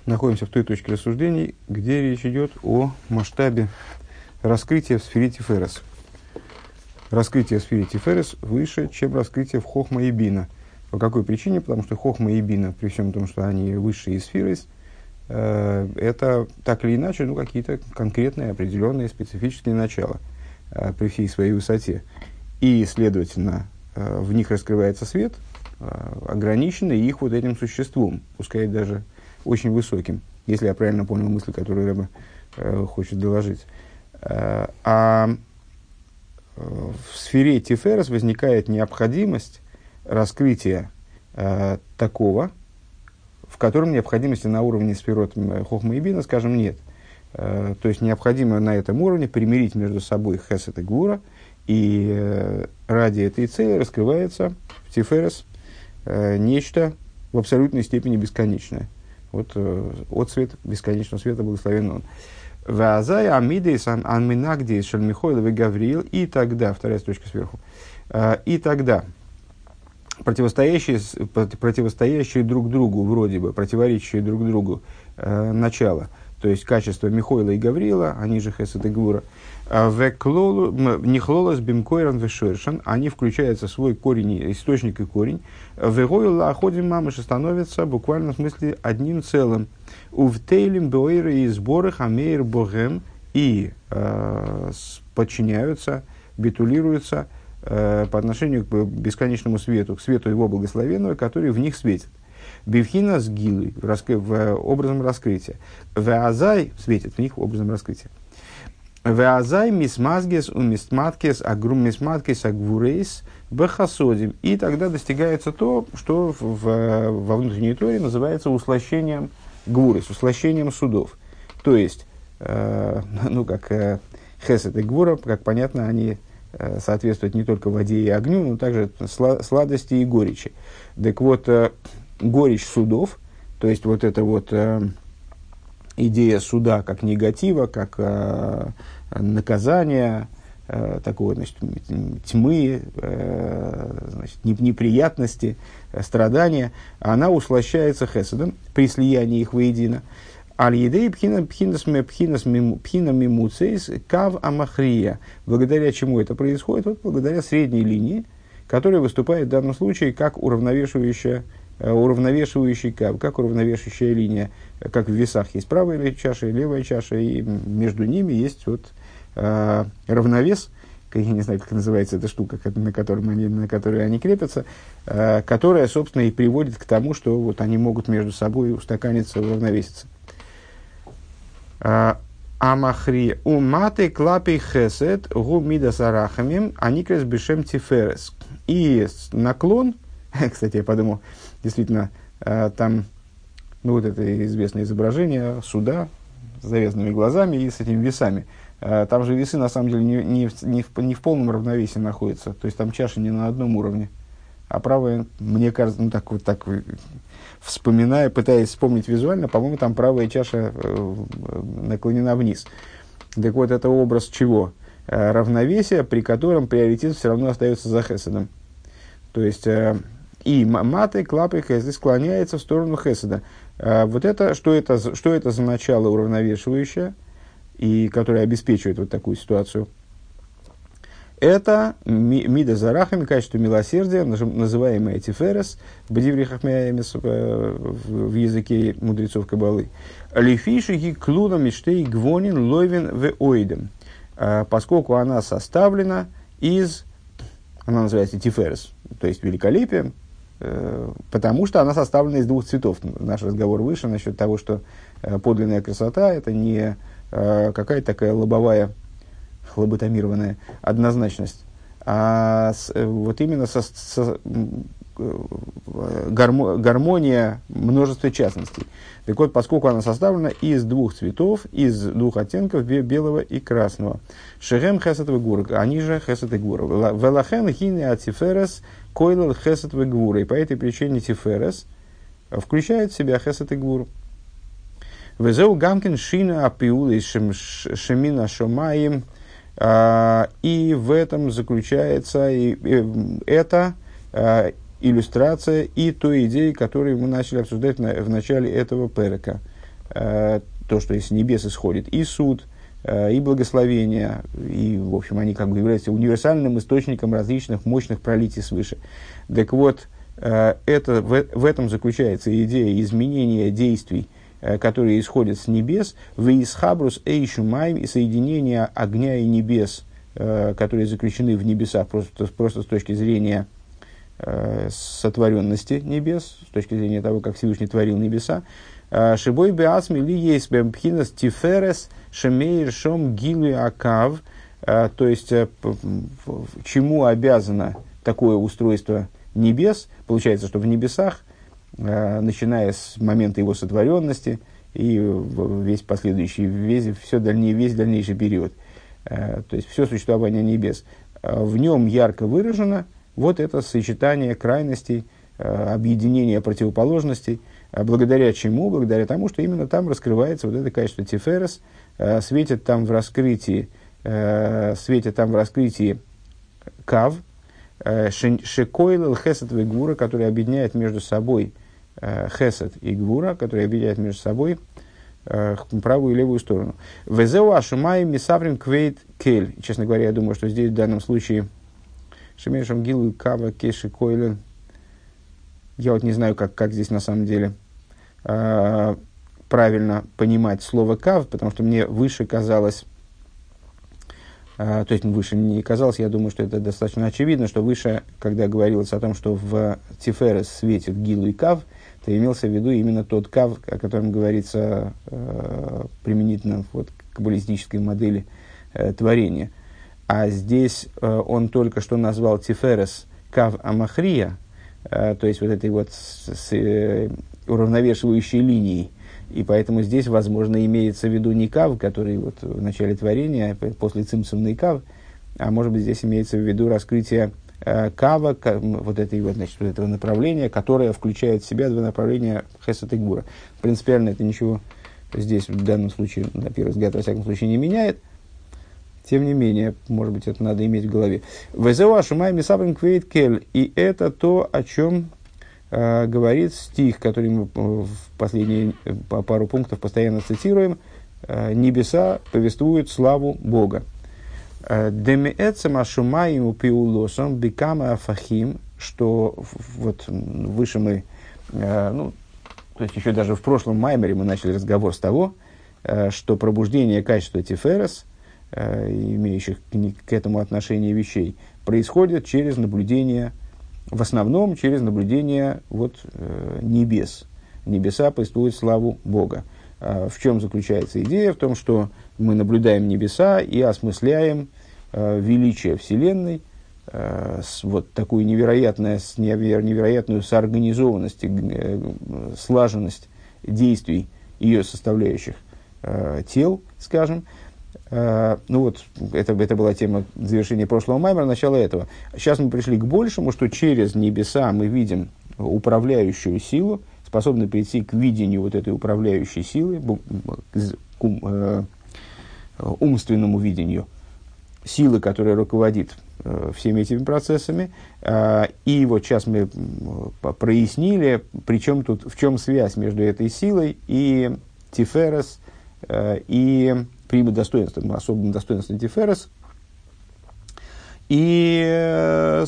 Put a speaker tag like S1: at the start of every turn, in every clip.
S1: находимся в той точке рассуждений, где речь идет о масштабе раскрытия в сфере Тиферес. Раскрытие в сфере Тиферес выше, чем раскрытие в Хохма и Бина. По какой причине? Потому что Хохма и Бина, при всем том, что они высшие сферы, это так или иначе какие-то конкретные, определенные, специфические начала при всей своей высоте. И, следовательно, в них раскрывается свет, ограниченный их вот этим существом, пускай даже очень высоким, если я правильно понял мысль, которую Ребе хочет доложить. А в сфере Тиферес возникает необходимость раскрытия такого, в котором необходимости на уровне сферот Хохма и Бина, скажем, нет. То есть необходимо на этом уровне примирить между собой Хесед и Гвура, и ради этой цели раскрывается в Тиферес нечто в абсолютной степени бесконечное. Вот от света, бесконечного света, благословен он. Вазай амидейс анминагдейс шальмихойл и Гавриил, и тогда, вторая строчка сверху, и тогда противостоящие друг другу, вроде бы, противоречащие друг другу начала, то есть качества Михоила и Гавриила, они же Хесед и Гвура, нихлолос бимкойран вешершан, они включаются в свой корень, источник и корень, вегойла ходим мамыш становятся буквально в смысле одним целым. Увтейлим боиры и сборах амейр богем, и подчиняются, битулируются по отношению к бесконечному свету, к свету его благословенного, который в них светит. Бивхина с гилой, образом раскрытия. Веазай светит в них образом раскрытия. Веазай мисмазгес у мисматкес агрум мисматкес агвурейс бехасодим. И тогда достигается то, что во внутренней торе называется услощением гвурес, услощением судов. То есть, как хесед и гвура, как понятно, они соответствуют не только воде и огню, но также сладости и горечи. Так вот, горечь судов, то есть вот эта вот идея суда как негатива, как наказания, такого, значит, тьмы, значит, неприятности, страдания, она услощается хеседом при слиянии их воедино. Аль-едей пхинас мимуцейс кав амахрия. Благодаря чему это происходит? Вот благодаря средней линии, которая выступает в данном случае как уравновешивающий кав, как уравновешивающая линия, как в весах есть правая чаша и левая чаша, и между ними есть вот равновес, я не знаю, как называется эта штука, на которой они крепятся, которая, собственно, и приводит к тому, что вот они могут между собой устаканиться, уравновеситься. Амахри уматы клапи хесед гу мидас арахамим аникрес бешем тиферес. И наклон, кстати, я подумал, действительно, там, вот это известное изображение суда с завязанными глазами и с этими весами. Там же весы, на самом деле, не в полном равновесии находятся. То есть, там чаша не на одном уровне. А правая, мне кажется, так вспоминая, пытаясь вспомнить визуально, по-моему, там правая чаша наклонена вниз. Так вот, это образ чего? Равновесия, при котором приоритет все равно остается за хеседом. То есть, и маты, клапы, хесед склоняется в сторону хеседа. Вот это, что это за начало уравновешивающее, и которое обеспечивает вот такую ситуацию? Это мида зарахами, качество милосердия, называемое тиферес, бдиври хахмеямис в языке мудрецов Каббалы. Лифиши клуна миштей гвонин ловин веоидем. Поскольку она составлена она называется тиферес, то есть великолепие, потому что она составлена из двух цветов. Наш разговор выше насчет того, что подлинная красота – это не какая-то такая лобовая, лоботомированная однозначность, а вот именно гармония множества частностей. Так вот, поскольку она составлена из двух цветов, из двух оттенков белого и красного. Шехем хесед вегур, они же хесед и гур. Велахен хине атиферес койлел хесед вегур. И по этой причине тиферес включает в себя хесед и гур. Везеу гамкин шина апиулы шемина шомаим. И в этом заключается эта иллюстрация и той идеи, которую мы начали обсуждать в начале этого перека. то, что из небес исходит и суд, и благословение, и, в общем, они как бы являются универсальным источником различных мощных пролитий свыше. Так вот, в этом заключается идея изменения действий, которые исходят с небес, в Исхабрус Эйшумайм, и соединения огня и небес, которые заключены в небесах, просто с точки зрения сотворенности небес, с точки зрения того, как Всевышний творил небеса. Шибой беасми ли есть бемпхинас тиферес шемейр шом гилу акав, то есть чему обязано такое устройство небес. Получается, что в небесах, начиная с момента его сотворенности и весь последующий, весь дальнейший период, то есть все существование небес, в нем ярко выражено вот это сочетание крайностей, объединение противоположностей, благодаря чему? Благодаря тому, что именно там раскрывается вот это качество тиферес, светит там в раскрытии кав, шекойл хесед и гвура, который объединяет между собой хесед и гвура, который объединяет между собой правую и левую сторону. Везеу ашумай мисаврим квейт кель. Честно говоря, я думаю, что здесь в данном случае шемешем гилу кава кеши койлен. Я вот не знаю, как здесь на самом деле правильно понимать слово кав, потому что мне выше казалось, то есть выше не казалось, я думаю, что это достаточно очевидно, что выше, когда говорилось о том, что в Тиферес светит гилу и кав, то имелся в виду именно тот кав, о котором говорится применительно вот, к каббалистической модели творения. А здесь он только что назвал Тиферес кав амахрия, то есть вот этой вот уравновешивающей линией. И поэтому здесь, возможно, имеется в виду не кав, который вот в начале творения, после цимсумный кав, а может быть, здесь имеется в виду раскрытие кава, вот этого направления, которое включает в себя два направления хесед и гвура. Принципиально это ничего здесь, в данном случае, на первый взгляд, во всяком случае, не меняет. Тем не менее, может быть, это надо иметь в голове. «Везеуа шумай мисабрин квейт кель». И это то, о чем говорит стих, который мы в последние пару пунктов постоянно цитируем. «Небеса повествуют славу Бога». «Демиэцема шумаиму пиулосом бикама афахим», что вот выше мы, то есть еще даже в прошлом маймере мы начали разговор с того, что пробуждение качества тиферес, имеющих к этому отношение вещей, происходит через наблюдение, в основном через наблюдение небес. Небеса повествуют славу Бога. В чем заключается идея? В том, что мы наблюдаем небеса и осмысляем величие Вселенной, такую невероятную соорганизованность, слаженность действий ее составляющих тел, скажем. Это была тема завершения прошлого маймера, начало этого. Сейчас мы пришли к большему, что через небеса мы видим управляющую силу, способны прийти к видению вот этой управляющей силы, к умственному видению силы, которая руководит всеми этими процессами. И вот сейчас мы прояснили, в чем связь между этой силой и тиферес, и примет достоинством, особым достоинством тиферес. И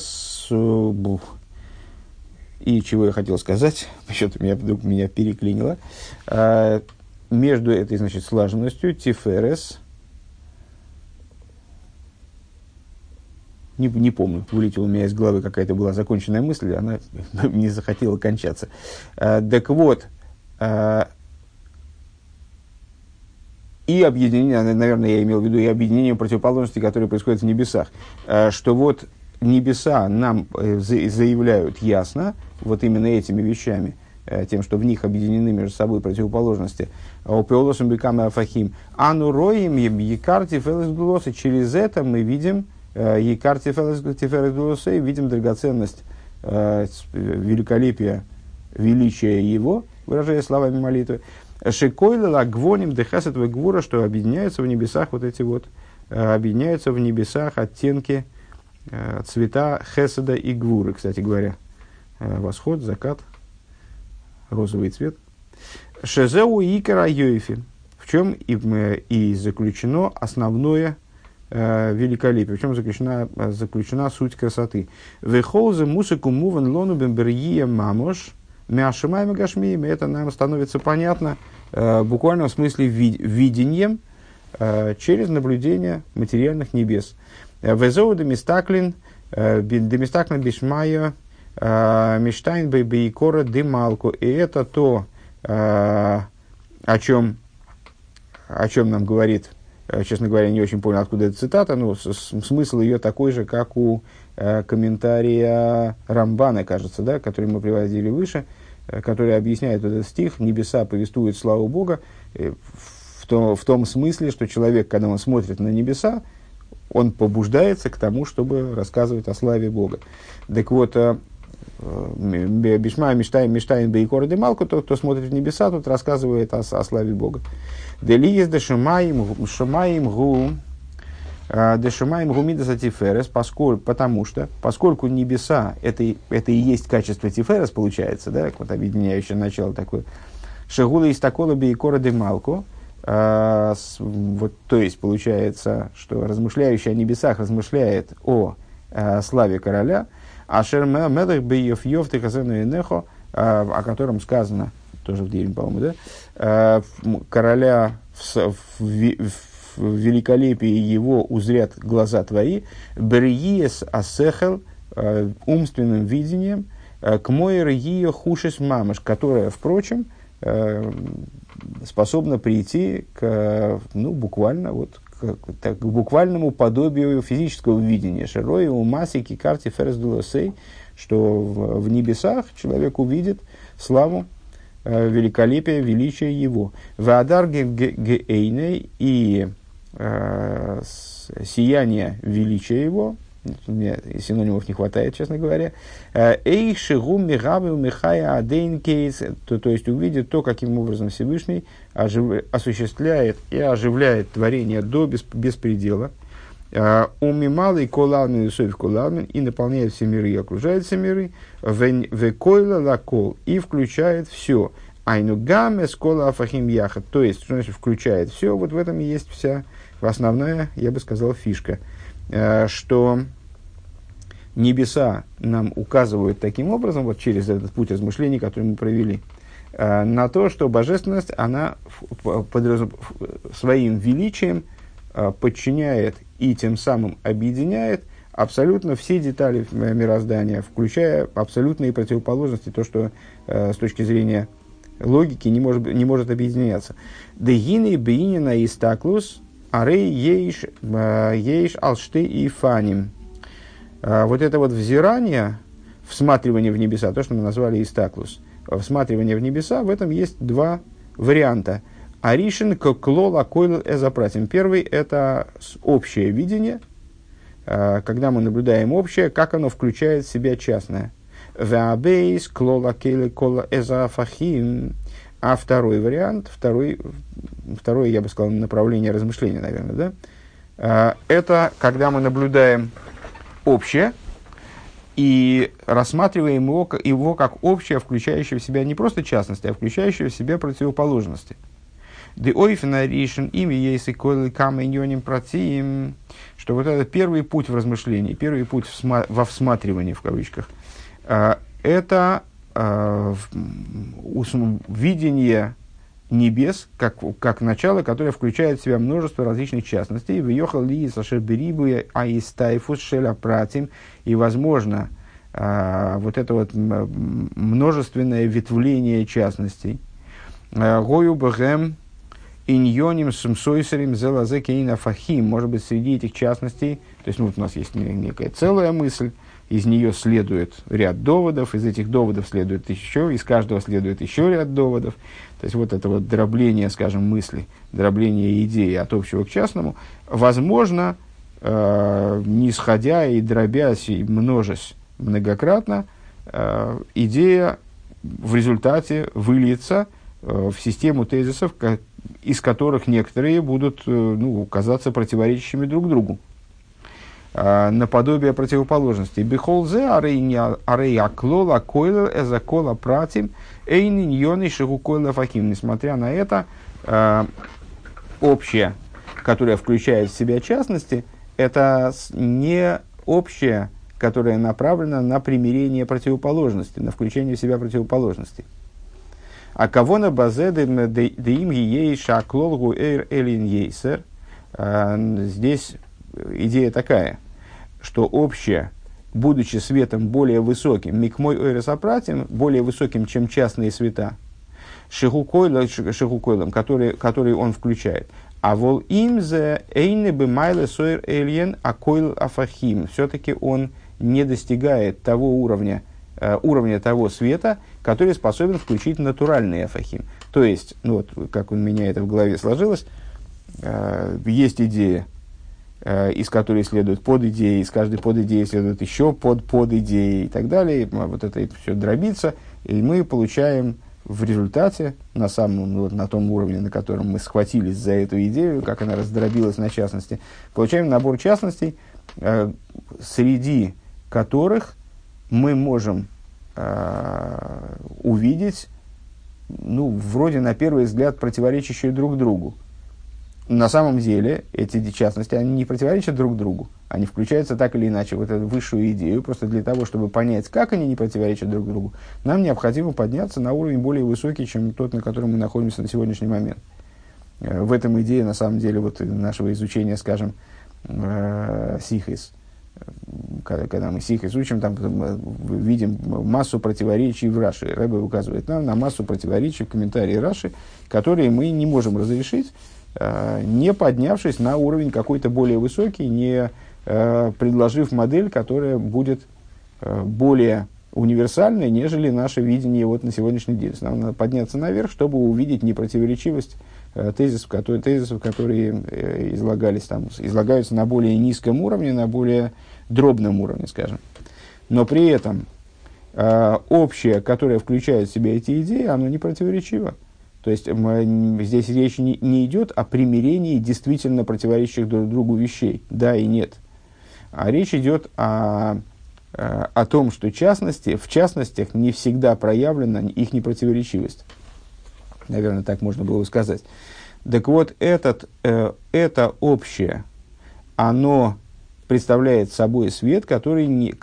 S1: чего я хотел сказать, что-то меня переклинило. Между этой, слаженностью тиферес, не помню, вылетела у меня из головы какая-то была законченная мысль, она не захотела кончаться. Так вот, и объединение, наверное, я имел в виду и объединение противоположностей, которые происходят в небесах, что вот небеса нам заявляют ясно, вот именно этими вещами, тем, что в них объединены между собой противоположности, опеолосом бекам и афахим, ану роим якар тиферес глосы, через это мы видим якар тиферес глосы, видим драгоценность, великолепие, величие его, выражая словами молитвы, шекойла гвоним дехасет вегвура, что объединяются в небесах объединяются в небесах оттенки, цвета хеседа и гвуры, кстати говоря. Восход, закат, розовый цвет. Шезеу икера йойфи. В чем и заключено основное великолепие, в чем заключена суть красоты. Вехолзе мусику муван лону бемберье мамош мяшимайми гашмиями. Это нам становится понятно в буквальном смысле видением через наблюдение материальных небес. Везоу демистаклин бишмайо миштайн бейбейкора демалку. И это то, о чем нам говорит, честно говоря, не очень понял, откуда эта цитата, но смысл ее такой же, как у комментария Рамбана, кажется, да, который мы приводили выше, который объясняет этот стих: «Небеса повествуют славу Бога», в том смысле, что человек, когда он смотрит на небеса, он побуждается к тому, чтобы рассказывать о славе Бога. Так вот, Бишма Миштайн Бейкор Демалку, тот, кто смотрит в небеса, тот рассказывает о славе Бога. Делиез дешумаим гу мидаса тиферес, поскольку небеса это и есть качество тиферес, получается, да, вот объединяющее начало такое. Шегула истакола бейкора демалку. Вот, то есть получается, что размышляющий о небесах размышляет о славе короля, а шермелех бейов йов тихазену инехо, о котором сказано тоже в Дилем, по-моему, да, короля в великолепии его узрят глаза твои, бериес асехел, умственным видением, к моер ее хушес мамаш, которая, впрочем, способна прийти к, буквально, к буквальному подобию физического видения. Широй у масики карте ферсдулосей, что в небесах человек увидит славу, великолепие, величие его. Ваадар гейней и сияние величия его. Мне синонимов не хватает, честно говоря. Эй шигум мигабы михая адейнкейс, то есть увидит то, каким образом Всевышний осуществляет и оживляет творение до беспредела. Умималый колалмин и соев колалмин, и наполняет все миры и окружает все миры. Векойла лакол, и включает все. Айну гамме скола афахим яхат, то есть, что значит включает все, вот в этом и есть вся основная, я бы сказал, фишка. Что небеса нам указывают таким образом, вот через этот путь размышлений, который мы провели, на то, что божественность, она своим величием подчиняет и тем самым объединяет абсолютно все детали мироздания, включая абсолютные противоположности, то, что с точки зрения логики не может объединяться. Дегины бейнина истаклус арей ейш алшты и фаним. Вот это вот взирание, всматривание в небеса, то, что мы назвали истаклус, всматривание в небеса, в этом есть два варианта. Аришин клола койл эзапратим. Первый – это общее видение, когда мы наблюдаем общее, как оно включает в себя частное. Веабейс клола кейли кола эзафахим. А второй вариант, второе, я бы сказал, направление размышления, наверное, да? Это когда мы наблюдаем общее и рассматриваем его как общее, включающее в себя не просто частности, а включающее в себя противоположности. Что вот этот первый путь в размышлении, первый путь во всматривании, в кавычках, это видение небес как начало, которое включает в себя множество различных частностей. Въехал ли сашерберибуя аистайфус шелапратим, и возможно вот это вот множественное ветвление частностей. Гою бэгэм иньоним сумсойсерим зелазекейна фахим. Может быть, среди этих частностей, то есть у нас есть некая целая мысль, из нее следует ряд доводов, из этих доводов следует еще, из каждого следует еще ряд доводов. То есть вот это вот дробление, скажем, мысли, дробление идеи от общего к частному, возможно, нисходя и дробясь и множась многократно, идея в результате выльется в систему тезисов, из которых некоторые будут казаться противоречащими друг другу. Наподобие противоположности. Бихолзе арей аклола койлер эзакола пратим. Эйн иньоны шигукойла фахим. Несмотря на это, общее, которое включает в себя частности, это не общее, которое направлено на примирение противоположностей, на включение в себя противоположностей. А кого на базе деим ей шаклолгу элин ейсер. Здесь идея такая, что общее, будучи светом более высоким, микмой ойресапратим, более высоким, чем частные света, шигукойлом, который он включает. А вол имзе эйне бы майле сойр эльен акойл афахим. Все-таки он не достигает того уровня того света, который способен включить натуральный афахим. То есть, ну вот, как у меня это в голове сложилось, есть идея, из которой следует подидеи, из каждой подидеи следует еще подидеи и так далее. Вот это все дробится, и мы получаем в результате, на том уровне, на котором мы схватились за эту идею, как она раздробилась на частности, получаем набор частностей, среди которых мы можем увидеть, вроде на первый взгляд противоречащие друг другу. На самом деле, эти частности, они не противоречат друг другу. Они включаются так или иначе в эту высшую идею. Просто для того, чтобы понять, как они не противоречат друг другу, нам необходимо подняться на уровень более высокий, чем тот, на котором мы находимся на сегодняшний момент. В этом идее, на самом деле, вот нашего изучения, скажем, сихис. Когда мы сихис учим, там видим массу противоречий в Раши. Рэбе указывает нам на массу противоречий в комментарии Раши, которые мы не можем разрешить, не поднявшись на уровень какой-то более высокий, не предложив модель, которая будет более универсальной, нежели наше видение вот на сегодняшний день. Нам надо подняться наверх, чтобы увидеть непротиворечивость тезисов, которые излагаются на более низком уровне, на более дробном уровне, скажем. Но при этом общее, которое включает в себя эти идеи, оно не противоречиво. То есть здесь речь не идет о примирении действительно противоречащих друг другу вещей, да и нет. А речь идет о том, что в частностях не всегда проявлена их непротиворечивость. Наверное, так можно было сказать. Так вот, это общее, оно представляет собой свет, который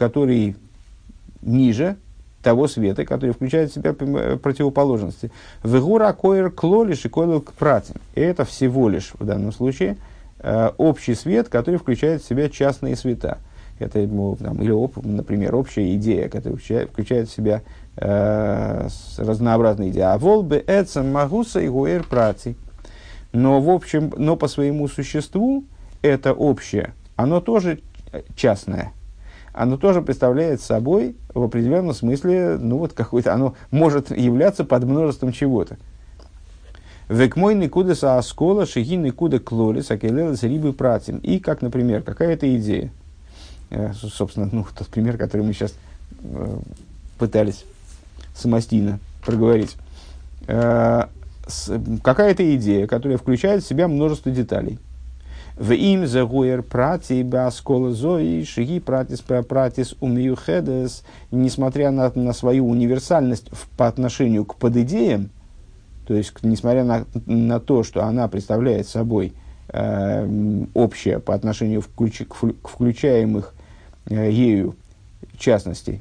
S1: ниже того света, который включает в себя противоположности. Вегура коэр клолиш и койлу кпратим. Это всего лишь в данном случае общий свет, который включает в себя частные света. Это, например, общая идея, которая включает в себя разнообразные идеи. А волбе эцем магуса и гуэр прати. Но по своему существу это общее, оно тоже частное. Оно тоже представляет собой в определенном смысле, оно может являться под множеством чего-то. Векмой никуда сааскола шиги никуда клолис акелелес рибы пратим. И, как, например, какая-то идея. Собственно, тот пример, который мы сейчас пытались самостийно проговорить. Какая-то идея, которая включает в себя множество деталей. В им загуэр прати баскола зои шиги пратис умиюхедес, несмотря на свою универсальность по отношению к подидеям, то есть несмотря на то, что она представляет собой общее по отношению к включаемых ею частностям,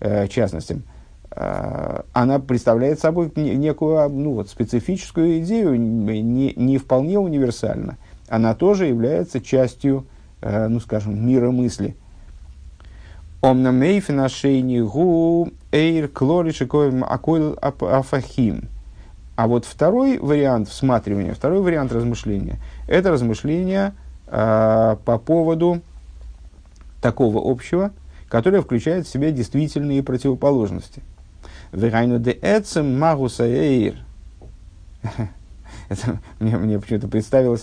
S1: она представляет собой некую специфическую идею, не вполне универсально. Она тоже является частью, мира мысли. А вот второй вариант всматривания, второй вариант размышления, это размышление по поводу такого общего, которое включает в себя действительные противоположности. Мне почему-то представилось,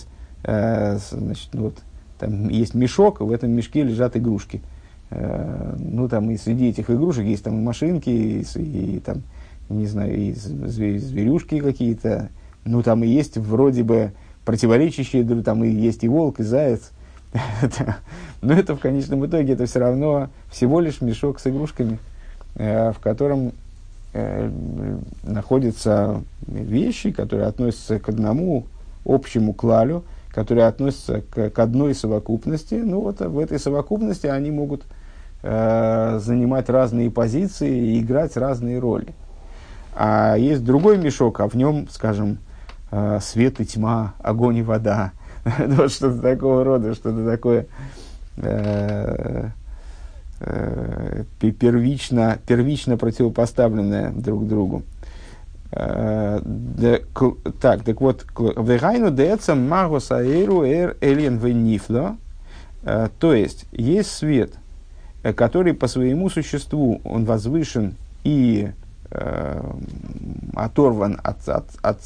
S1: там есть мешок, в этом мешке лежат игрушки. Там и среди этих игрушек есть там и машинки, и там, не знаю, и зверюшки какие-то. Там и есть вроде бы противоречащие, там и есть и волк, и заяц. Но это в конечном итоге это все равно всего лишь мешок с игрушками, в котором находятся вещи, которые относятся к одному общему клалю, которые относятся к одной совокупности. Ну вот в этой совокупности они могут занимать разные позиции и играть разные роли. А есть другой мешок, а в нем, скажем, свет и тьма, огонь и вода. Вот что-то такого рода, что-то такое первично противопоставленное друг другу. Так вот, вегайну деца магус аэру элен венифло. То есть, есть свет, который по своему существу, он возвышен и оторван от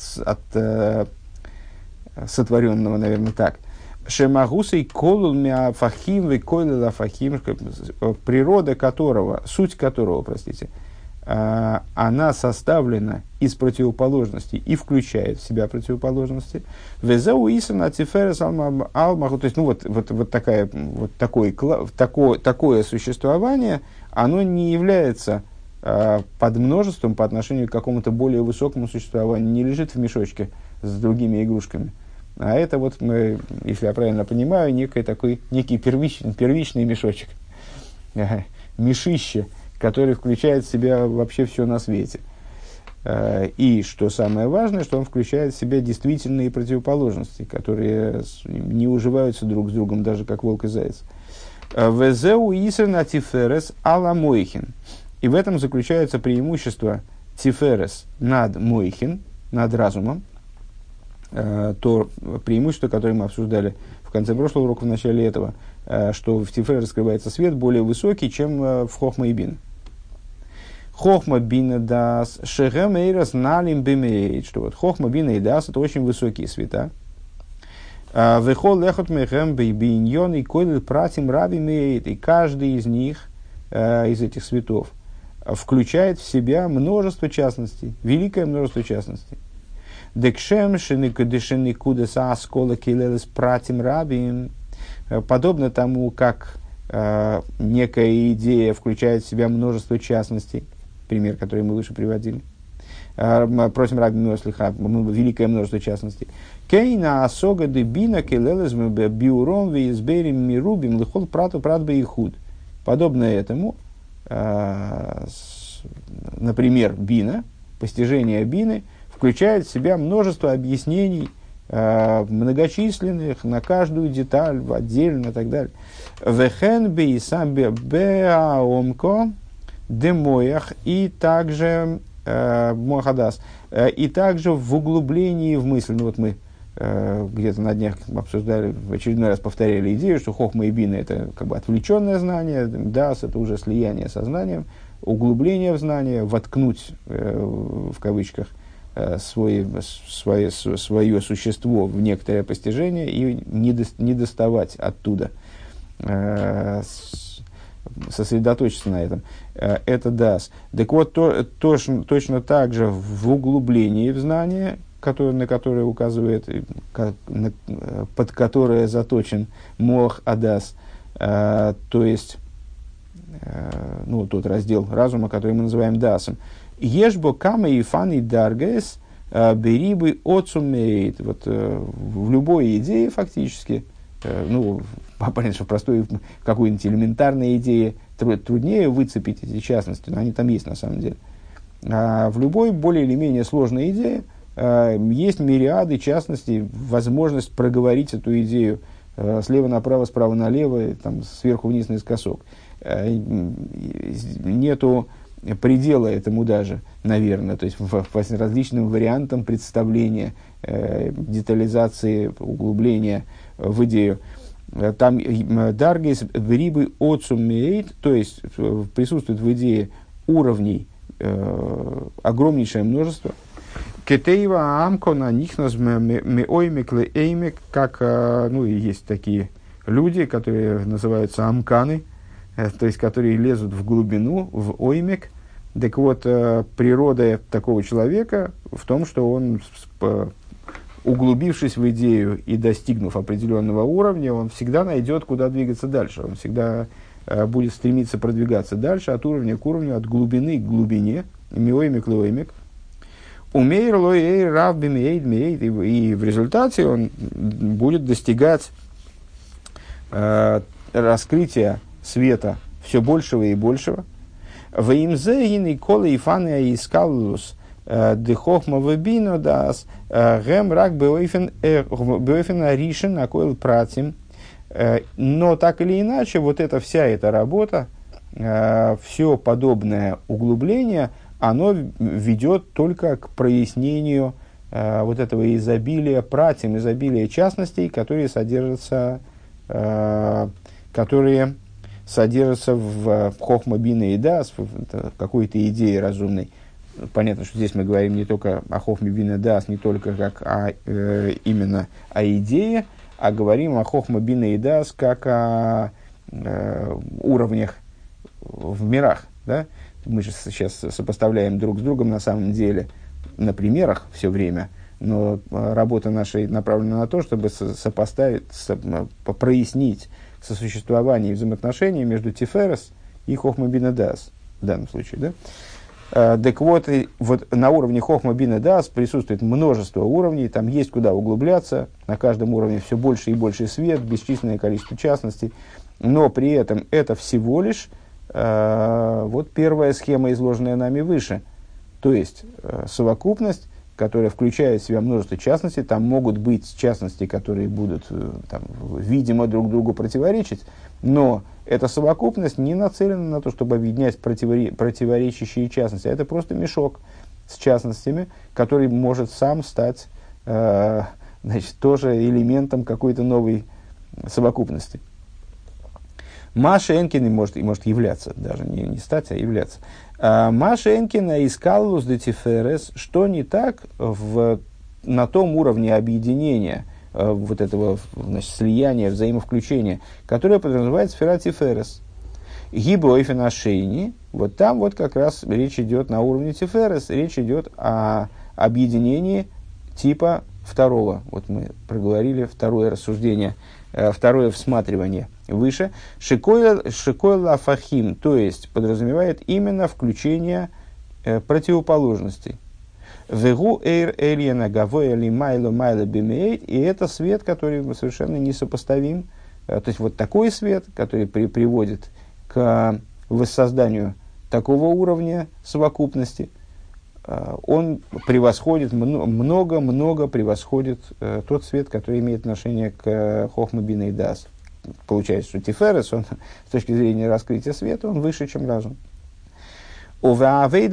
S1: сотворенного, наверное, так. Шемагусой колул миафахим ве койлил афахим, природа которого, суть которого, простите, она составлена из противоположностей и включает в себя противоположности. Везеу исан атиферес алмаху, то есть, ну такое существование, оно не является под множеством по отношению к какому-то более высокому существованию, не лежит в мешочке с другими игрушками. А это вот, если я правильно понимаю, некий первичный мешочек, мешище, который включает в себя вообще все на свете. И, что самое важное, что он включает в себя действительные противоположности, которые не уживаются друг с другом, даже как волк и заяц. «Везеу исен атиферес ала мойхин». И в этом заключается преимущество тиферес над мойхин, над разумом. То преимущество, которое мы обсуждали в конце прошлого урока, в начале этого, что в тиферес скрывается свет более высокий, чем в хохма и бин. Хохма бина дас шехем эйрас налим бимейт, что вот хохма бина и дас это очень высокие света. Вехол лехот мехем бейбиньон и койлил пратим раби мейт, и каждый из них, из этих светов, включает в себя множество частностей, великое множество частностей. Декшем шеникудешени кудеса аскола килелес пратим рабим, подобно тому, как некая идея включает в себя множество частностей, пример, который мы выше приводили. Просим рабим мёслиха, великое множество частностей. Кейна асога дебина килелес биуром веизберим мирубим лихол прату пратбе и худ. Подобно этому, например, бина, постижение бины, включает в себя множество объяснений, многочисленных, на каждую деталь, отдельно и так далее. Вехен бейсамбе беаомко демоях, и также мохадас, и также в углублении в мысль. Ну вот мы где-то на днях обсуждали, в очередной раз повторяли идею, что хохма и бина это как бы отвлеченное знание, дас это уже слияние со знанием, углубление в знание, воткнуть в кавычках свое существо в некоторое постижение и не доставать оттуда, сосредоточиться на этом. Это даст. Так вот, точно так же в углублении в знание, на которое указывает, под которое заточен мох адас, то есть тот раздел разума, который мы называем дасом. Ешбо кама и фаны даргес берибы отсумеет. Вот в любой идее фактически, понятно, что в простой какой-нибудь элементарной идее труднее выцепить эти частности, но они там есть на самом деле. А в любой более или менее сложной идее есть мириады частностей, возможность проговорить эту идею слева направо, справа налево, там, сверху вниз наискосок. Нету предела этому даже, наверное, то есть по различным вариантам представления, детализации, углубления в идею. Там даргес врибы отсумеет, то есть присутствует в идее уровней огромнейшее множество. Кетеева амко на них нас меоймекле эймек, как есть такие люди, которые называются амканы, то есть которые лезут в глубину, в оймек. Так вот, природа такого человека в том, что он, углубившись в идею и достигнув определенного уровня, он всегда найдет, куда двигаться дальше. Он всегда будет стремиться продвигаться дальше от уровня к уровню, от глубины к глубине. миоймик лоймик. Умейр лойер рав бимейд мейд. И в результате он будет достигать раскрытия света все большего и большего. Ваимзеин и колы и фаны искаллус дехохма вебино дас гем рак беойфен аришен акойл пратим. Но так или иначе, вот эта вся эта работа, все подобное углубление, оно ведет только к прояснению вот этого изобилия пратим, изобилия частностей, которые содержатся в хохма бина и дас, в какой-то идее разумной. Понятно, что здесь мы говорим не только о хохме бина дас, не только как именно о идее, а говорим о хохма бина и дас как о уровнях в мирах. Да? Мы же сейчас сопоставляем друг с другом на самом деле на примерах все время, но работа наша направлена на то, чтобы сопоставить, прояснить сосуществование и взаимоотношения между Тиферес и Хохма бина дас в данном случае. Да? Так вот, на уровне Хохма бина дас присутствует множество уровней, там есть куда углубляться, на каждом уровне все больше и больше свет, бесчисленное количество частностей, но при этом это всего лишь вот первая схема, изложенная нами выше, то есть совокупность, которая включает в себя множество частностей. Там могут быть частности, которые будут там, видимо друг другу противоречить, но эта совокупность не нацелена на то, чтобы объединять противоречащие частности. Это просто мешок с частностями, который может сам стать тоже элементом какой-то новой совокупности. Маша Энкина может являться, даже не стать, а являться. Маша Энкина искал лус де Тиферес, что не так на том уровне объединения, вот этого слияния, взаимовключения, которое подразумевает сфера Тиферес. Гибойфен ашейни, вот там вот как раз речь идет на уровне Тиферес, речь идет о объединении типа второго. Вот мы проговорили второе рассуждение, второе всматривание выше. Шикойла фахим, то есть подразумевает именно включение противоположностей. Вегу эйр эльена гавоя ли майло майло бимейт, и это свет, который совершенно несопоставим. То есть вот такой свет, который приводит к воссозданию такого уровня совокупности, он превосходит, много превосходит тот свет, который имеет отношение к Хохма бина и дас. Получается, что Тиферес, он, с точки зрения раскрытия света, он выше, чем разум. Если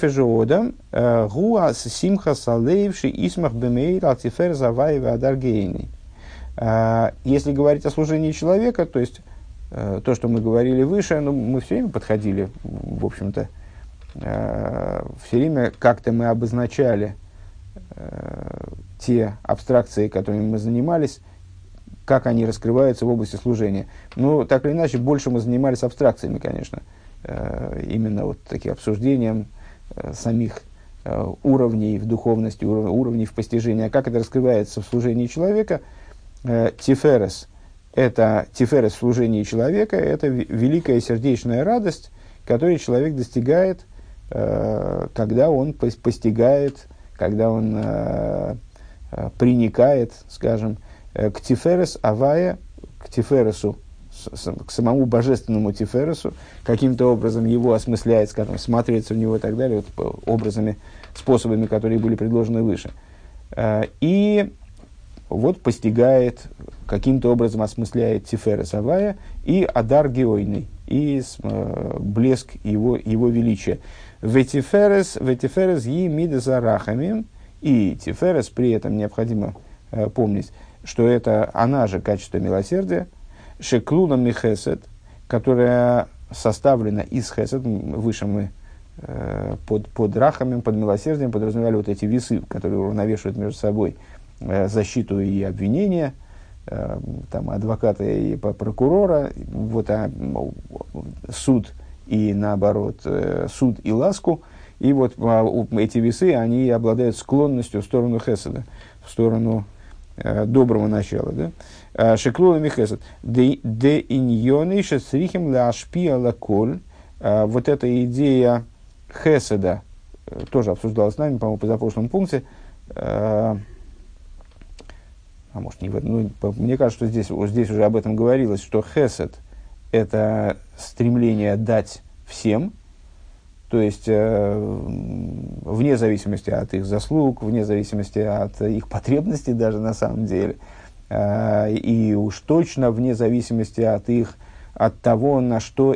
S1: говорить о служении человека, то есть то, что мы говорили выше, мы все время подходили, в общем-то, все время как-то мы обозначали те абстракции, которыми мы занимались, как они раскрываются в области служения. Но так или иначе, больше мы занимались абстракциями, конечно, именно вот таким обсуждением самих уровней в духовности, уровней в постижении. А как это раскрывается в служении человека? Тиферес в служении человека, это великая сердечная радость, которую человек достигает, когда он постигает, когда он приникает, скажем, к Тиферес Авая, к Тифересу, к самому божественному Тифересу, каким-то образом его осмысляет, скажем, смотрится в него и так далее, вот, образами, способами, которые были предложены выше. И вот постигает, каким-то образом осмысляет Тиферес Авая и Адар Геойный, и блеск его величия. Ветиферес и мидезарахами, и Тиферес, при этом необходимо помнить, что это она же качество милосердия, шеклуна михесед, которая составлена из хесед, выше мы под рахами, под милосердием подразумевали вот эти весы, которые уравновешивают между собой защиту и обвинение, там, адвоката и прокурора, вот, суд и наоборот, суд и ласку. И вот эти весы, они обладают склонностью в сторону хеседа, в сторону доброго начала. Да? Шеклулами хесед. Де иньоны шесрихим ляшпия лаколь. Вот эта идея хеседа, тоже обсуждалось с нами, по-моему, в позапрошлом пункте, а может, не в этом, ну, мне кажется, что здесь уже об этом говорилось, что хесед – это стремление дать всем, то есть вне зависимости от их заслуг, вне зависимости от их потребностей даже на самом деле, и уж точно вне зависимости от того, на что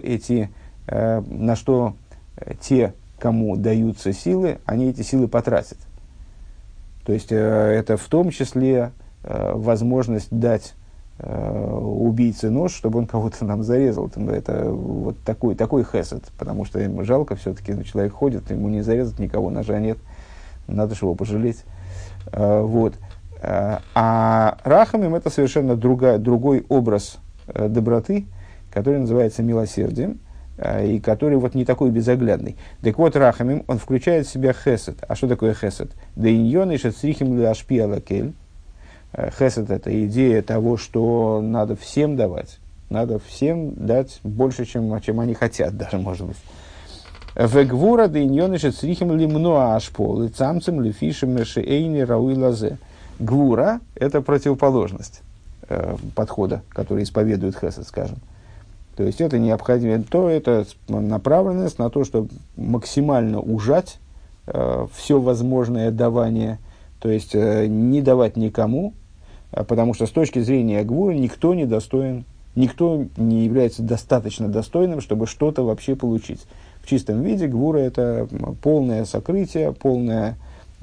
S1: те, кому даются силы, они эти силы потратят. То есть это в том числе возможность дать убийце нож, чтобы он кого-то нам зарезал. Это вот такой хесед, потому что ему жалко все-таки, человек ходит, ему не зарезать никого, ножа нет, надо же его пожалеть. Вот. А рахамим – это совершенно другой образ доброты, который называется милосердием, и который вот не такой безоглядный. Так вот, рахамим, он включает в себя хесед. А что такое хесед? Да иньон и шецрихим ляшпи алакель. Хесед – это идея того, что надо всем давать. Надо всем дать больше, чем они хотят, даже, может быть. Вегвура да иньон и шецрихим лимнуа ашпол, и цамцем лифишем мешеэйни рауи лазе. Гвура – это противоположность подхода, который исповедует хесед, скажем. То есть это необходимо, это направленность на то, чтобы максимально ужать все возможное давание, то есть не давать никому, потому что с точки зрения гвуры никто не достоин, никто не является достаточно достойным, чтобы что-то вообще получить. В чистом виде гвура – это полное сокрытие, полное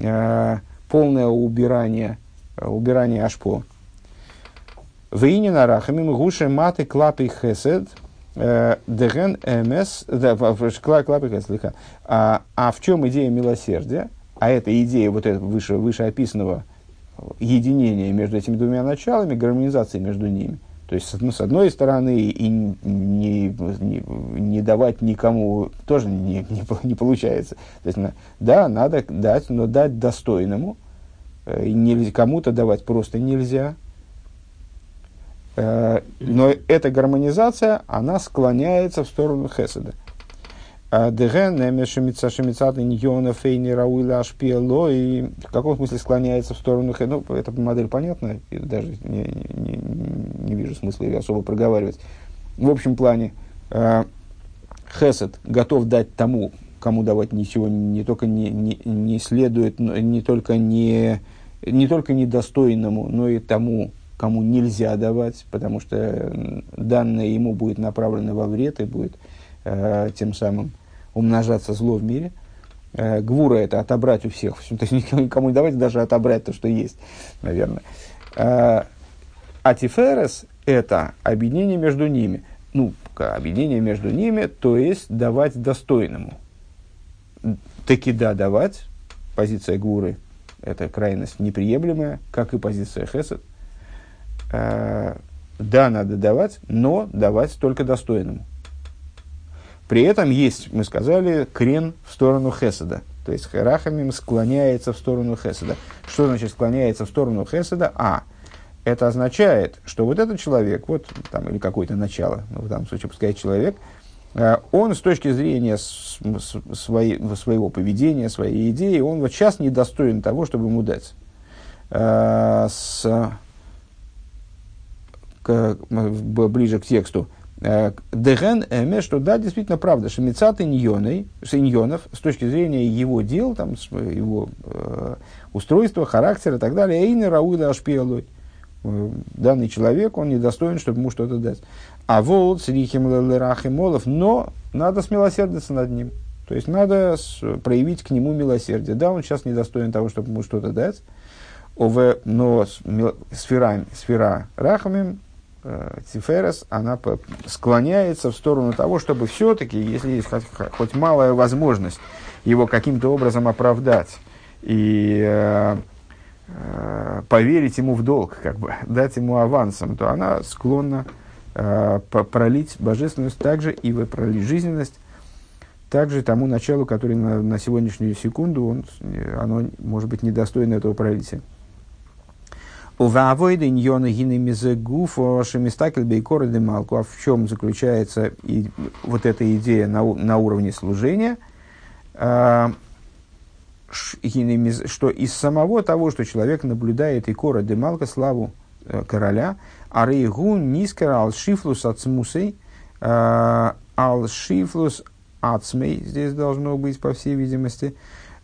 S1: убирание ашпо. Вейни нарахамим гуше маты клапи хесед деген эмес клапи хесед. А в чем идея милосердия? А это идея вот этого вышеописанного единения между этими двумя началами, гармонизации между ними. То есть, с одной стороны, и не давать никому тоже не получается. То есть, да, надо дать, но дать достойному. Кому-то давать просто нельзя. Но эта гармонизация, она склоняется в сторону хеседа. И в каком смысле склоняется в сторону хеседа? Ну, эта модель понятна, даже не вижу смысла ее особо проговаривать. В общем плане, хесед готов дать тому, кому давать ничего не только не следует, не только недостойному, но и тому, кому нельзя давать, потому что данное ему будет направлено во вред и будет тем самым умножаться зло в мире. Гвура – это отобрать у всех, то есть никому не давать, даже отобрать то, что есть, наверное. А тиферес – это объединение между ними. Ну, объединение между ними, то есть давать достойному. Таки да, давать. Позиция гвуры – это крайность неприемлемая, как и позиция хесед. Да, надо давать, но давать только достойному. При этом есть, мы сказали, крен в сторону хеседа. То есть рахамим склоняется в сторону хеседа. Что значит склоняется в сторону хеседа? Это означает, что вот этот человек, вот, там, или какое-то начало, в данном случае, пускай человек, он с точки зрения своего поведения, своей идеи, он вот сейчас недостоин того, чтобы ему дать. Ближе к тексту. Деген эме, что да, действительно правда, шемицат иньонов, с точки зрения его дел, там, его устройства, характера и так далее, эйны рауида ашпиалой. Данный человек, он недостоин, чтобы ему что-то дать. А вот срихим лерахимолов, но надо смилосердиться над ним. То есть надо проявить к нему милосердие. Да, он сейчас недостоин того, чтобы ему что-то дать. Но сфера рахамим, Тиферес, она склоняется в сторону того, чтобы все-таки, если есть хоть малая возможность его каким-то образом оправдать и поверить ему в долг, как бы, дать ему авансом, то она склонна пролить божественность также и пролить жизненность также тому началу, которое на сегодняшнюю секунду оно может быть недостойно этого пролития. А в чем заключается вот эта идея на уровне служения? что из самого того, что человек наблюдает и кора демалка славу короля, а рейгу нискер алшифлус ацмусей, алшифлус ацмей, здесь должно быть, по всей видимости,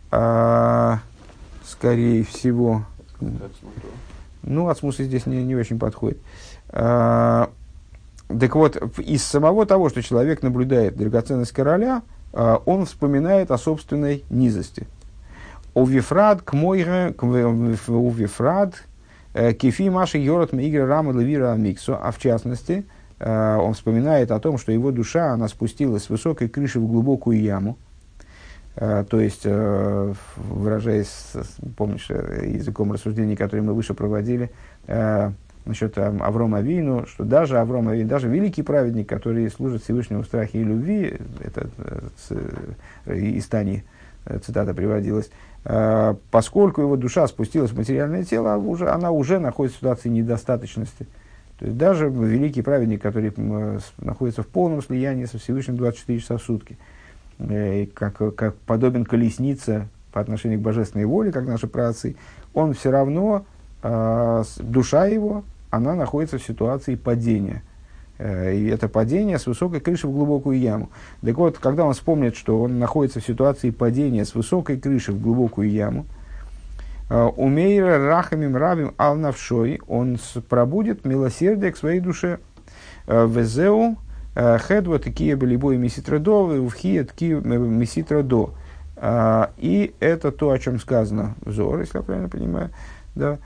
S1: скорее всего, ну, ацмусы здесь не очень подходит. Так вот, из самого того, что человек наблюдает драгоценность короля, он вспоминает о собственной низости. Увифрад к мойре, увифрад кефи маши йорот меигра рама левира миксу, а в частности, он вспоминает о том, что его душа, она спустилась с высокой крыши в глубокую яму. То есть, выражаясь, помнишь, языком рассуждений, которые мы выше проводили, насчет Аврома Авину, что даже Авром Авин, даже великий праведник, который служит Всевышнему в страхе и любви, это из Тани цитата приводилась, поскольку его душа спустилась в материальное тело, она уже находится в ситуации недостаточности. То есть даже великий праведник, который находится в полном слиянии со Всевышним 24 часа в сутки, как подобен колеснице по отношению к божественной воле, как наши праотцы, он все равно, душа его, она находится в ситуации падения. И это падение с высокой крыши в глубокую яму. Так вот, когда он вспомнит, что он находится в ситуации падения с высокой крыши в глубокую яму, умейра рахамим равим алнавшой, он пробудет милосердие к своей душе. Везеу хедва такие были бои меситрадо, вхия такие меситрадо. И это то, о чем сказано в Зоар, если я правильно понимаю. Да.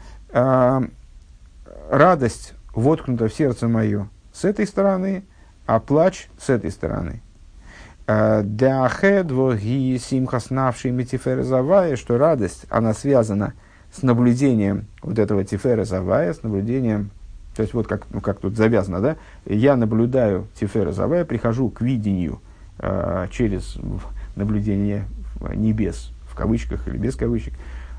S1: Радость воткнута в сердце мое с этой стороны, а плач с этой стороны. Что радость, она связана с наблюдением вот этого тифера завая, с наблюдением, то есть вот как тут завязано, да? Я наблюдаю тифера завая, прихожу к видению через наблюдение небес, в кавычках или без кавычек.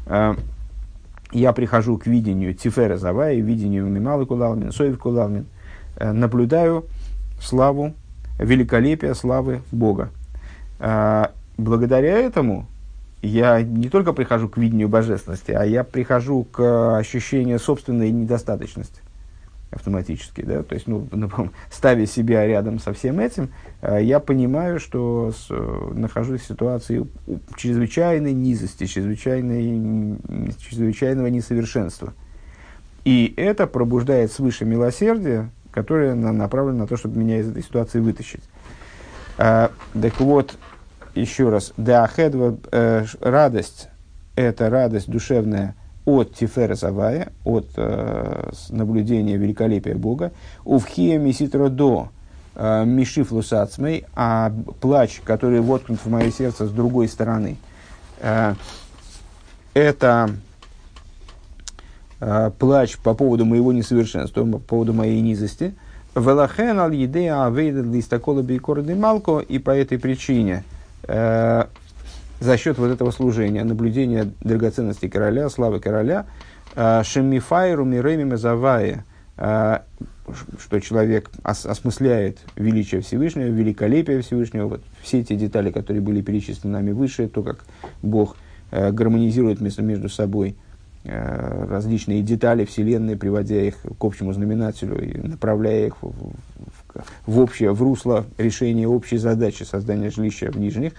S1: Я прихожу к видению тифера завая, видению мималы кулалмин, соев кулалмин, наблюдаю славу, великолепие славы Бога. Благодаря этому я не только прихожу к видению божественности, а я прихожу к ощущению собственной недостаточности автоматически. Да? То есть, ставя себя рядом со всем этим, я понимаю, что нахожусь в ситуации чрезвычайной низости, чрезвычайного несовершенства. И это пробуждает свыше милосердие, которое направлено на то, чтобы меня из этой ситуации вытащить. Так вот, еще раз, радость – это радость душевная от тиферес авая, от наблюдения великолепия Бога. Увхия миситро до мишифлус ацмей, а плач, который воткнут в мое сердце с другой стороны, это плач по поводу моего несовершенства, по поводу моей низости. Велахен ал едея авейдад листакола бейкора демалко, и по этой причине за счет вот этого служения, наблюдения драгоценностей короля, славы короля, шемифайру миремима завая, что человек осмысляет величие Всевышнего, великолепие Всевышнего, вот все эти детали, которые были перечислены нами выше, то, как Бог гармонизирует между собой различные детали Вселенной, приводя их к общему знаменателю и направляя их в общее, в русло решения общей задачи создания жилища в нижних.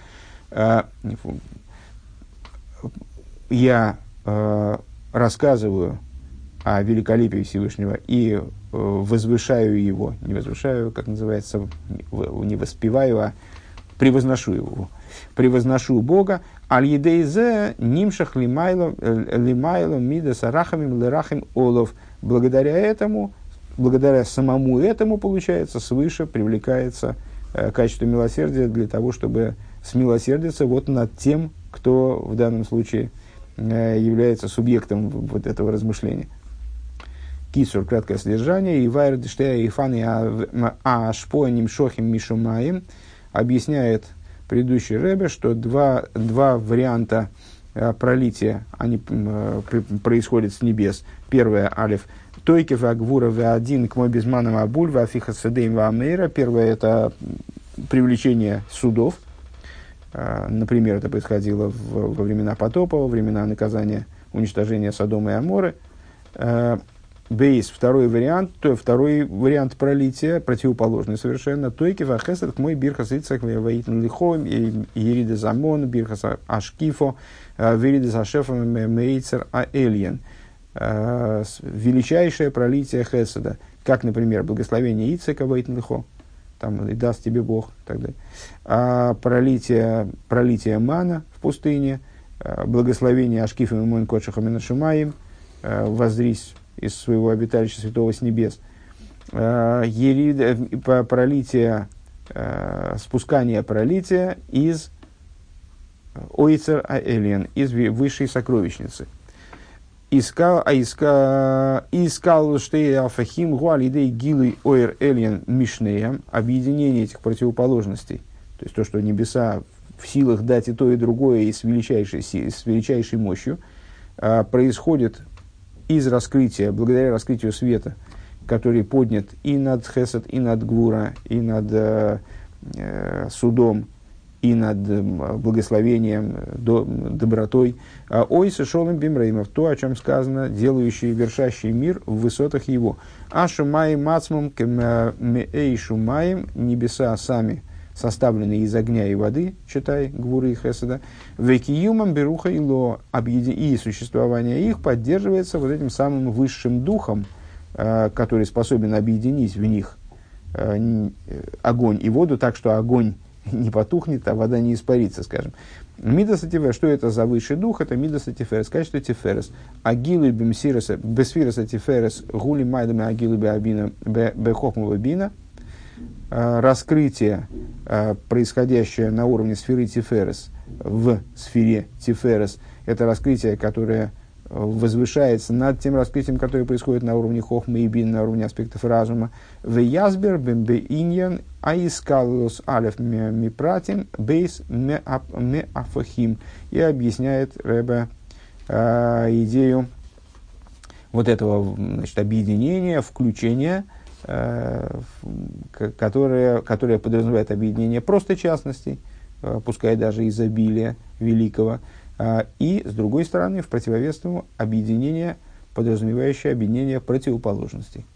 S1: Я рассказываю о великолепии Всевышнего и возвышаю его, не возвышаю, как называется, не воспеваю, а превозношу его, превозношу Бога. Аль-едейзе нимшах лимайло мида сарахамим лерахим олов. Благодаря этому, благодаря самому этому, получается, свыше привлекается качество милосердия для того, чтобы смилосердиться вот над тем, кто в данном случае является субъектом вот этого размышления. Кисур, краткое содержание. И вайр дештея и фаны ашпоаним шохим мишумаим объясняет предыдущий ребе, что два варианта пролития они происходят с небес. Первое, алиф, тойкев агвура один к мой безманам абуль афиха седейм вамейра. Первое, это привлечение судов. Например, это происходило во времена потопа, во времена наказания, уничтожения Содома и Аморы. Бейс, второй вариант пролития, противоположный совершенно. Тойки вахесет к мой бирхас ицак ваитн лихоем и ериде замон, бирхас ашкифо, вериде зашефом мейцер аэльен. Величайшее пролитие хеседа, как, например, благословение Ицека ваитн лихо, там, и даст тебе Бог, и так далее. Пролитие мана в пустыне, благословение Ашкифом и Мойн Котшахам и Нашимаем, воззрись из своего обиталища святого с небес, пролитие, спускание пролития из Ойцер Аэлен, из высшей сокровищницы. Искал штей алфахим гуалидей гилы ойр эльен мишнеям, объединение этих противоположностей, то есть то, что небеса в силах дать и то, и другое, и с величайшей мощью, происходит из раскрытия, благодаря раскрытию света, который поднят и над Хесед, и над Гвура, и над судом, и над благословением, добротой. Ой, сошелым бимреймов, то, о чем сказано, делающий, вершащий мир в высотах его. А шумаем мацмум кемэй шумаем, небеса сами составлены из огня и воды, читай Гвуры и Хеседа, векиюмам беруха и ло, и существование их поддерживается вот этим самым высшим духом, который способен объединить в них огонь и воду, так что огонь не потухнет, а вода не испарится, скажем. Мидаса тиферес, что это за высший дух? Это мидаса тиферес, качество тиферес. Агилу бимсиреса, бесфиреса тиферес, гули майдами агилу беабина, бехохмова бина. Раскрытие, происходящее на уровне сферы тиферес в сфере тиферес, это раскрытие, которое возвышается над тем раскрытием, которое происходит на уровне хохмы и бин, на уровне аспектов разума. В язбер бембе иньян аискалус алеф мипратим бейс меафахим. И объясняет Ребе идею вот этого, значит, объединения, включения, которое подразумевает объединение просто частностей, пускай даже изобилия великого, и, с другой стороны, в противовес тому, объединение, подразумевающее объединение противоположностей.